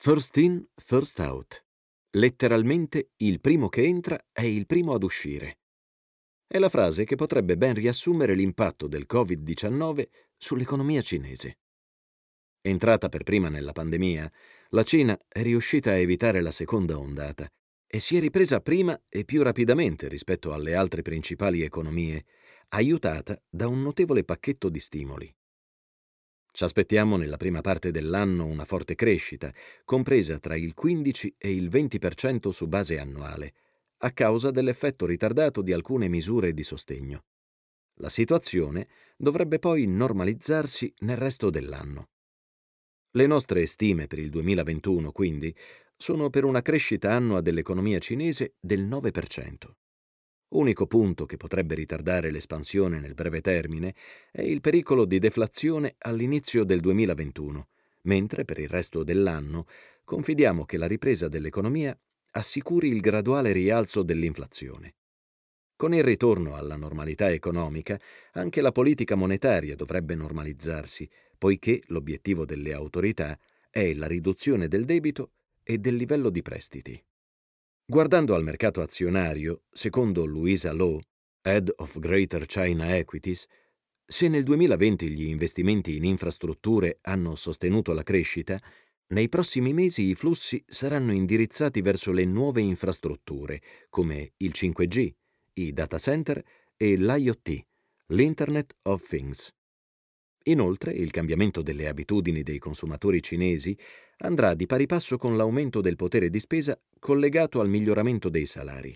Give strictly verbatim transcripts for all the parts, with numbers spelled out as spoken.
First in, first out. Letteralmente il primo che entra è il primo ad uscire. È la frase che potrebbe ben riassumere l'impatto del covid diciannove sull'economia cinese. Entrata per prima nella pandemia, la Cina è riuscita a evitare la seconda ondata e si è ripresa prima e più rapidamente rispetto alle altre principali economie, aiutata da un notevole pacchetto di stimoli. Ci aspettiamo nella prima parte dell'anno una forte crescita, compresa tra il quindici e il venti per cento su base annuale, a causa dell'effetto ritardato di alcune misure di sostegno. La situazione dovrebbe poi normalizzarsi nel resto dell'anno. Le nostre stime per il duemilaventuno, quindi, sono per una crescita annua dell'economia cinese del nove per cento. Unico punto che potrebbe ritardare l'espansione nel breve termine è il pericolo di deflazione all'inizio del duemilaventuno, mentre per il resto dell'anno confidiamo che la ripresa dell'economia assicuri il graduale rialzo dell'inflazione. Con il ritorno alla normalità economica, anche la politica monetaria dovrebbe normalizzarsi, poiché l'obiettivo delle autorità è la riduzione del debito e del livello di prestiti. Guardando al mercato azionario, secondo Louisa Lowe, Head of Greater China Equities, se nel duemilaventi gli investimenti in infrastrutture hanno sostenuto la crescita, nei prossimi mesi i flussi saranno indirizzati verso le nuove infrastrutture, come il cinque G, i data center e l'I O T, l'Internet of Things. Inoltre, il cambiamento delle abitudini dei consumatori cinesi andrà di pari passo con l'aumento del potere di spesa collegato al miglioramento dei salari.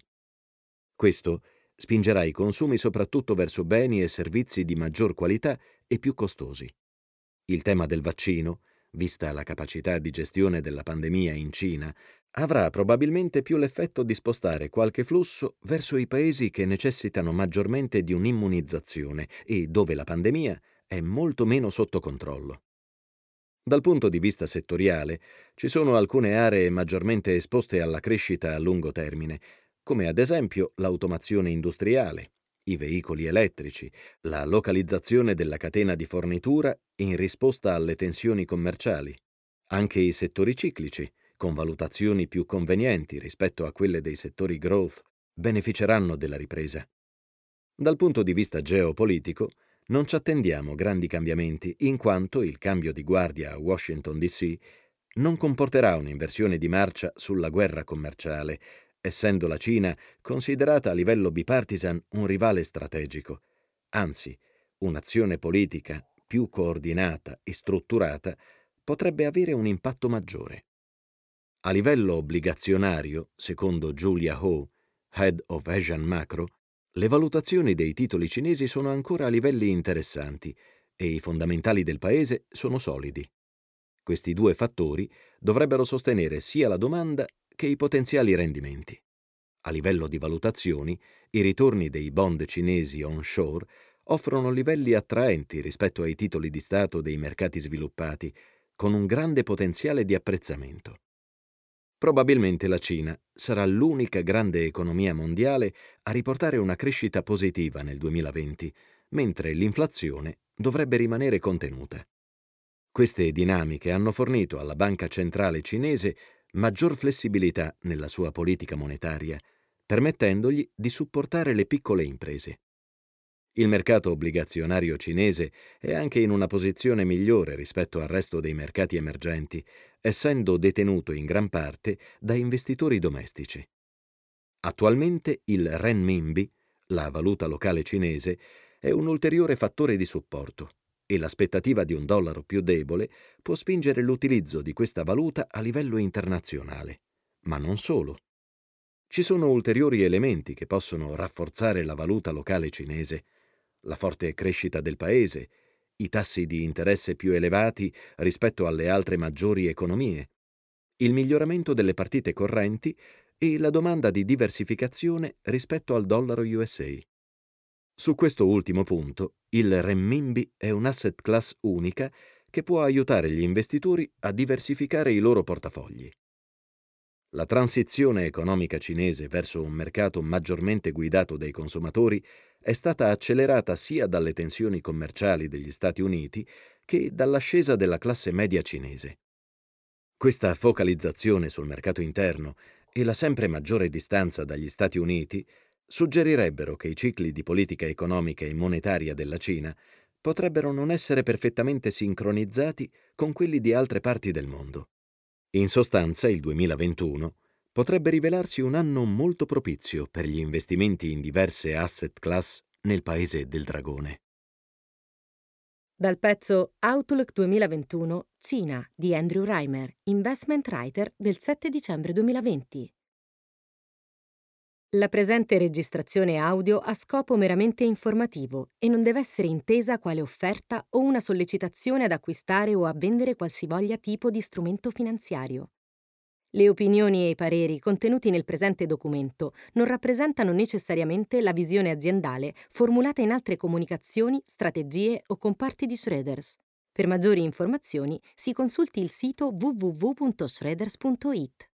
Questo spingerà i consumi soprattutto verso beni e servizi di maggior qualità e più costosi. Il tema del vaccino, vista la capacità di gestione della pandemia in Cina, avrà probabilmente più l'effetto di spostare qualche flusso verso i paesi che necessitano maggiormente di un'immunizzazione e dove la pandemia è molto meno sotto controllo. Dal punto di vista settoriale, ci sono alcune aree maggiormente esposte alla crescita a lungo termine, come ad esempio l'automazione industriale, i veicoli elettrici, la localizzazione della catena di fornitura in risposta alle tensioni commerciali. Anche i settori ciclici, con valutazioni più convenienti rispetto a quelle dei settori growth, beneficeranno della ripresa. Dal punto di vista geopolitico, non ci attendiamo grandi cambiamenti, in quanto il cambio di guardia a Washington D C non comporterà un'inversione di marcia sulla guerra commerciale, essendo la Cina considerata a livello bipartisan un rivale strategico. Anzi, un'azione politica più coordinata e strutturata potrebbe avere un impatto maggiore. A livello obbligazionario, secondo Julia Ho, Head of Asian Macro, le valutazioni dei titoli cinesi sono ancora a livelli interessanti e i fondamentali del paese sono solidi. Questi due fattori dovrebbero sostenere sia la domanda che i potenziali rendimenti. A livello di valutazioni, i ritorni dei bond cinesi onshore offrono livelli attraenti rispetto ai titoli di Stato dei mercati sviluppati, con un grande potenziale di apprezzamento. Probabilmente la Cina sarà l'unica grande economia mondiale a riportare una crescita positiva nel duemilaventi, mentre l'inflazione dovrebbe rimanere contenuta. Queste dinamiche hanno fornito alla Banca Centrale Cinese maggior flessibilità nella sua politica monetaria, permettendogli di supportare le piccole imprese. Il mercato obbligazionario cinese è anche in una posizione migliore rispetto al resto dei mercati emergenti, essendo detenuto in gran parte da investitori domestici. Attualmente il renminbi, la valuta locale cinese, è un ulteriore fattore di supporto e l'aspettativa di un dollaro più debole può spingere l'utilizzo di questa valuta a livello internazionale. Ma non solo. Ci sono ulteriori elementi che possono rafforzare la valuta locale cinese: la forte crescita del paese, i tassi di interesse più elevati rispetto alle altre maggiori economie, il miglioramento delle partite correnti e la domanda di diversificazione rispetto al dollaro U S A. Su questo ultimo punto, il renminbi è un asset class unica che può aiutare gli investitori a diversificare i loro portafogli. La transizione economica cinese verso un mercato maggiormente guidato dai consumatori è stata accelerata sia dalle tensioni commerciali degli Stati Uniti che dall'ascesa della classe media cinese. Questa focalizzazione sul mercato interno e la sempre maggiore distanza dagli Stati Uniti suggerirebbero che i cicli di politica economica e monetaria della Cina potrebbero non essere perfettamente sincronizzati con quelli di altre parti del mondo. In sostanza, il duemilaventuno potrebbe rivelarsi un anno molto propizio per gli investimenti in diverse asset class nel paese del dragone. Dal pezzo Outlook duemilaventuno, Cina di Andrew Reimer, Investment Writer del sette dicembre duemilaventi. La presente registrazione audio ha scopo meramente informativo e non deve essere intesa quale offerta o una sollecitazione ad acquistare o a vendere qualsivoglia tipo di strumento finanziario. Le opinioni e i pareri contenuti nel presente documento non rappresentano necessariamente la visione aziendale formulata in altre comunicazioni, strategie o comparti di Schroders. Per maggiori informazioni si consulti il sito w w w punto schroders punto it.